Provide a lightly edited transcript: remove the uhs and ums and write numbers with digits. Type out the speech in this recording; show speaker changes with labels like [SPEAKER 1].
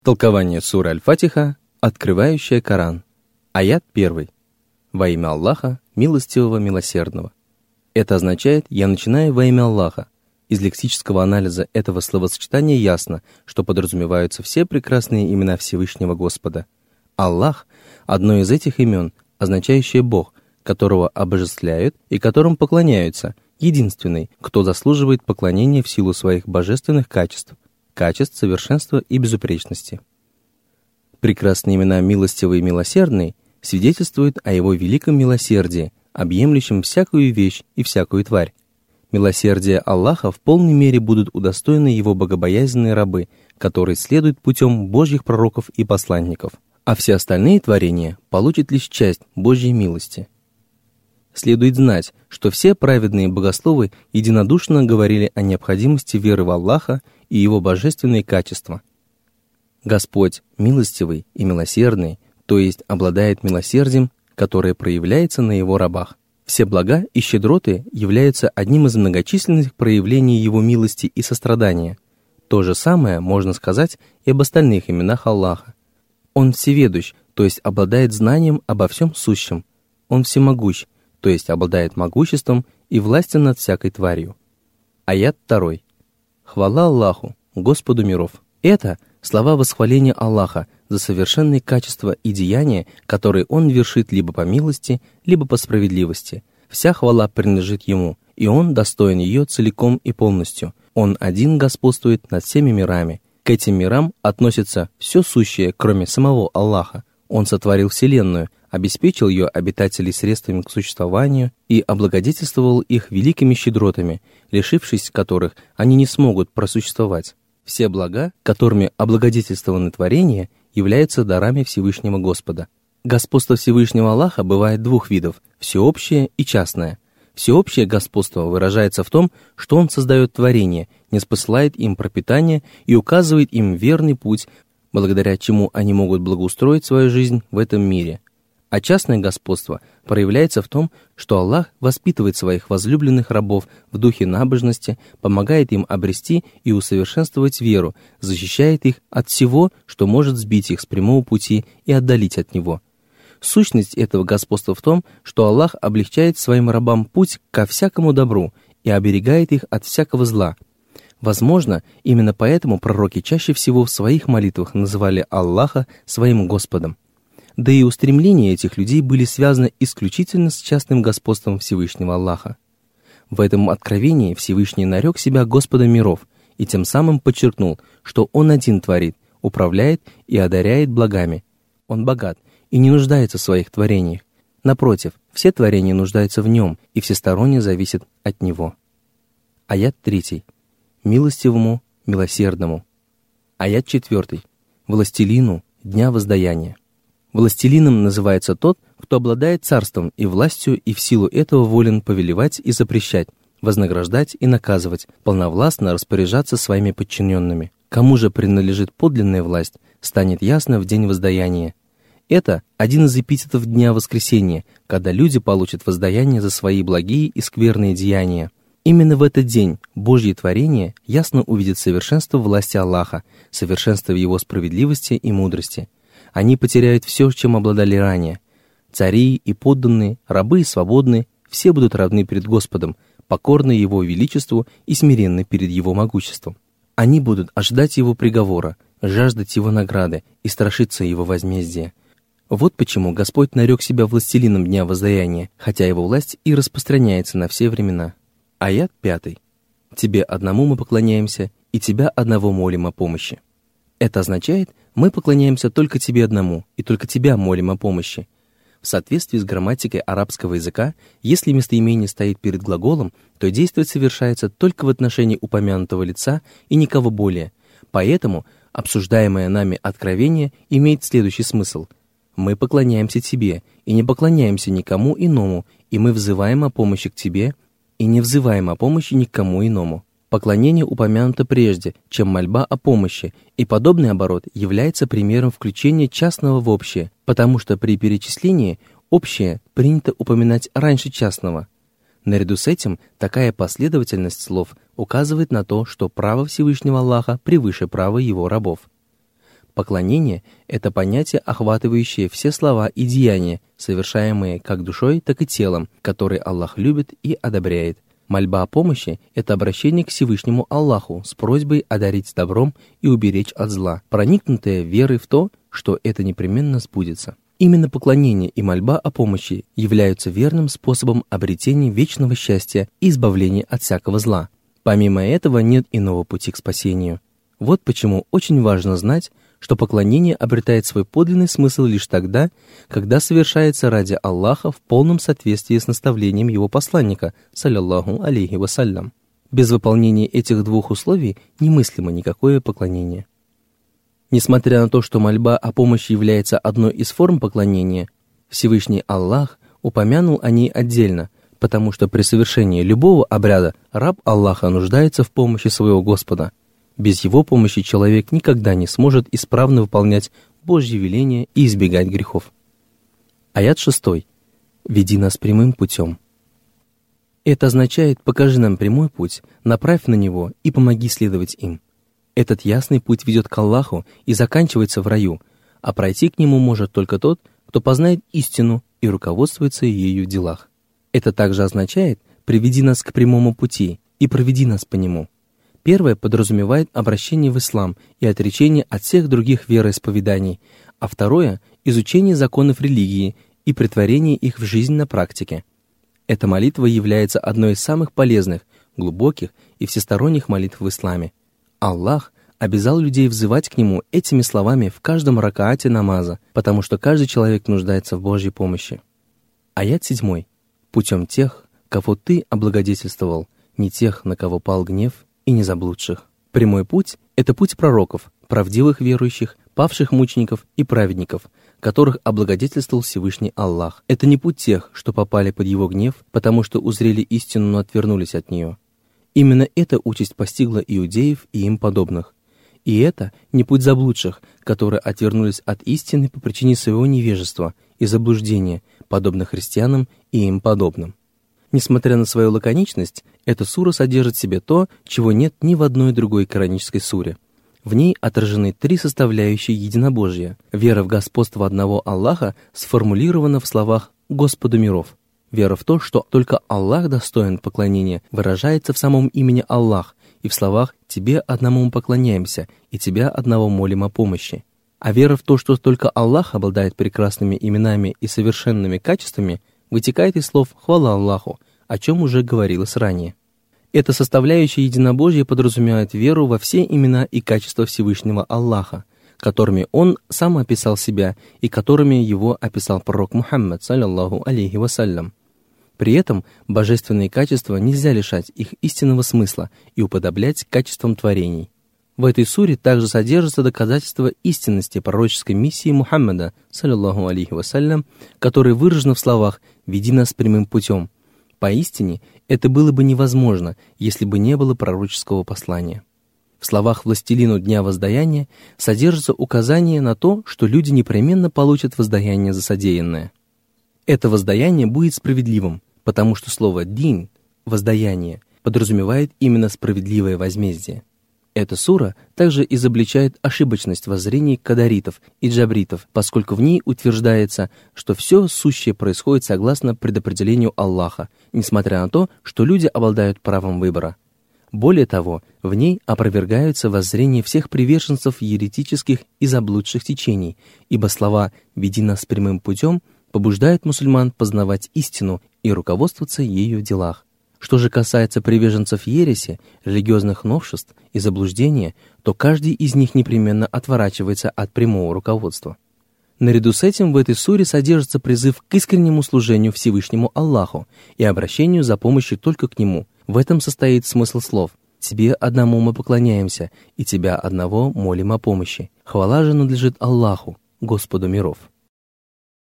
[SPEAKER 1] Толкование суры Аль-Фатиха, открывающее Коран. Аят 1. Во имя Аллаха, милостивого, милосердного. Это означает «я начинаю во имя Аллаха». Из лексического анализа этого словосочетания ясно, что подразумеваются все прекрасные имена Всевышнего Господа. Аллах – одно из этих имен, означающее Бог, которого обожествляют и которому поклоняются, единственный, кто заслуживает поклонения в силу своих божественных качеств, совершенства и безупречности. Прекрасные имена «милостивый» и «милосердный» свидетельствуют о его великом милосердии, объемлющем всякую вещь и всякую тварь. Милосердие Аллаха в полной мере будут удостоены его богобоязненные рабы, которые следуют путем Божьих пророков и посланников, а все остальные творения получат лишь часть Божьей милости. Следует знать, что все праведные богословы единодушно говорили о необходимости веры в Аллаха и его божественные качества. Господь милостивый и милосердный, то есть обладает милосердием, которое проявляется на его рабах. Все блага и щедроты являются одним из многочисленных проявлений его милости и сострадания. То же самое можно сказать и об остальных именах Аллаха. Он всеведущ, то есть обладает знанием обо всем сущем. Он всемогущ, то есть обладает могуществом и властен над всякой тварью. Аят 2. Хвала Аллаху, Господу миров. Это слова восхваления Аллаха за совершенные качества и деяния, которые Он вершит либо по милости, либо по справедливости. Вся хвала принадлежит Ему, и Он достоин ее целиком и полностью. Он один господствует над всеми мирами. К этим мирам относится все сущее, кроме самого Аллаха. Он сотворил Вселенную, обеспечил ее обитателей средствами к существованию и облагодетельствовал их великими щедротами, лишившись которых они не смогут просуществовать. Все блага, которыми облагодетельствованы творения, являются дарами Всевышнего Господа. Господство Всевышнего Аллаха бывает двух видов – всеобщее и частное. Всеобщее господство выражается в том, что Он создает творения, ниспосылает им пропитание и указывает им верный путь, благодаря чему они могут благоустроить свою жизнь в этом мире. А частное господство проявляется в том, что Аллах воспитывает своих возлюбленных рабов в духе набожности, помогает им обрести и усовершенствовать веру, защищает их от всего, что может сбить их с прямого пути и отдалить от него. Сущность этого господства в том, что Аллах облегчает своим рабам путь ко всякому добру и оберегает их от всякого зла. Возможно, именно поэтому пророки чаще всего в своих молитвах называли Аллаха своим Господом. Да и устремления этих людей были связаны исключительно с частным господством Всевышнего Аллаха. В этом откровении Всевышний нарек себя Господом миров и тем самым подчеркнул, что Он один творит, управляет и одаряет благами. Он богат и не нуждается в своих творениях. Напротив, все творения нуждаются в Нем и всесторонне зависят от Него. Аят 3. Милостивому, милосердному. Аят 4. Властелину дня воздаяния. Властелином называется тот, кто обладает царством и властью и в силу этого волен повелевать и запрещать, вознаграждать и наказывать, полновластно распоряжаться своими подчиненными. Кому же принадлежит подлинная власть, станет ясно в день воздаяния. Это один из эпитетов Дня Воскресения, когда люди получат воздаяние за свои благие и скверные деяния. Именно в этот день Божье творение ясно увидит совершенство власти Аллаха, совершенство Его справедливости и мудрости. Они потеряют все, чем обладали ранее. Цари и подданные, рабы и свободные, все будут равны перед Господом, покорны Его величеству и смиренны перед Его могуществом. Они будут ожидать Его приговора, жаждать Его награды и страшиться Его возмездия. Вот почему Господь нарек себя властелином Дня Воздаяния, хотя Его власть и распространяется на все времена. Аят 5. «Тебе одному мы поклоняемся, и Тебя одного молим о помощи». Это означает, мы поклоняемся только Тебе одному, и только Тебя молим о помощи. В соответствии с грамматикой арабского языка, если местоимение стоит перед глаголом, то действие совершается только в отношении упомянутого лица и никого более. Поэтому обсуждаемое нами откровение имеет следующий смысл. Мы поклоняемся Тебе, и не поклоняемся никому иному, и мы взываем о помощи к Тебе, и не взываем о помощи никому иному. Поклонение упомянуто прежде, чем мольба о помощи, и подобный оборот является примером включения частного в общее, потому что при перечислении общее принято упоминать раньше частного. Наряду с этим такая последовательность слов указывает на то, что право Всевышнего Аллаха превыше права Его рабов. Поклонение – это понятие, охватывающее все слова и деяния, совершаемые как душой, так и телом, которые Аллах любит и одобряет. Мольба о помощи – это обращение к Всевышнему Аллаху с просьбой одарить добром и уберечь от зла, проникнутая верой в то, что это непременно сбудется. Именно поклонение и мольба о помощи являются верным способом обретения вечного счастья и избавления от всякого зла. Помимо этого нет иного пути к спасению. Вот почему очень важно знать, что поклонение обретает свой подлинный смысл лишь тогда, когда совершается ради Аллаха в полном соответствии с наставлением его посланника, саллаллаху алейхи вассалям. Без выполнения этих двух условий немыслимо никакое поклонение. Несмотря на то, что мольба о помощи является одной из форм поклонения, Всевышний Аллах упомянул о ней отдельно, потому что при совершении любого обряда раб Аллаха нуждается в помощи своего Господа. Без его помощи человек никогда не сможет исправно выполнять Божьи веления и избегать грехов. Аят 6. «Веди нас прямым путем». Это означает «покажи нам прямой путь, направь на него и помоги следовать им». Этот ясный путь ведет к Аллаху и заканчивается в раю, а пройти к нему может только тот, кто познает истину и руководствуется ею в делах. Это также означает «приведи нас к прямому пути и проведи нас по нему». Первое подразумевает обращение в ислам и отречение от всех других вероисповеданий, а второе – изучение законов религии и претворение их в жизнь на практике. Эта молитва является одной из самых полезных, глубоких и всесторонних молитв в исламе. Аллах обязал людей взывать к Нему этими словами в каждом ракаате намаза, потому что каждый человек нуждается в Божьей помощи. Аят 7. «Путем тех, кого Ты облагодетельствовал, не тех, на кого пал гнев, и не заблудших». Прямой путь – это путь пророков, правдивых верующих, павших мучеников и праведников, которых облагодетельствовал Всевышний Аллах. Это не путь тех, что попали под Его гнев, потому что узрели истину, но отвернулись от нее. Именно эта участь постигла иудеев и им подобных. И это не путь заблудших, которые отвернулись от истины по причине своего невежества и заблуждения, подобно христианам и им подобным. Несмотря на свою лаконичность, эта сура содержит в себе то, чего нет ни в одной другой коранической суре. В ней отражены три составляющие единобожия. Вера в господство одного Аллаха сформулирована в словах «Господу миров». Вера в то, что только Аллах достоин поклонения, выражается в самом имени Аллах и в словах «Тебе одному мы поклоняемся, и Тебя одного молим о помощи». А вера в то, что только Аллах обладает прекрасными именами и совершенными качествами, вытекает из слов «Хвала Аллаху», о чем уже говорилось ранее. Эта составляющая единобожия подразумевает веру во все имена и качества Всевышнего Аллаха, которыми Он сам описал себя и которыми Его описал пророк Мухаммад, саллаллаху алейхи вассалям. При этом божественные качества нельзя лишать их истинного смысла и уподоблять качествам творений. В этой суре также содержится доказательство истинности пророческой миссии Мухаммада, саллаллаху алейхи вассалям, которое выражено в словах «Веди нас прямым путем». Поистине, это было бы невозможно, если бы не было пророческого послания. В словах «Властелину дня воздаяния» содержится указание на то, что люди непременно получат воздаяние за содеянное. Это воздаяние будет справедливым, потому что слово «дин» — воздаяние подразумевает именно справедливое возмездие. Эта сура также изобличает ошибочность воззрений кадаритов и джабритов, поскольку в ней утверждается, что все сущее происходит согласно предопределению Аллаха, несмотря на то, что люди обладают правом выбора. Более того, в ней опровергаются воззрения всех приверженцев еретических и заблудших течений, ибо слова «веди нас прямым путем» побуждают мусульман познавать истину и руководствоваться ею в делах. Что же касается приверженцев ереси, религиозных новшеств и заблуждения, то каждый из них непременно отворачивается от прямого руководства. Наряду с этим в этой суре содержится призыв к искреннему служению Всевышнему Аллаху и обращению за помощью только к Нему. В этом состоит смысл слов «Тебе одному мы поклоняемся, и Тебя одного молим о помощи». Хвала же надлежит Аллаху, Господу миров.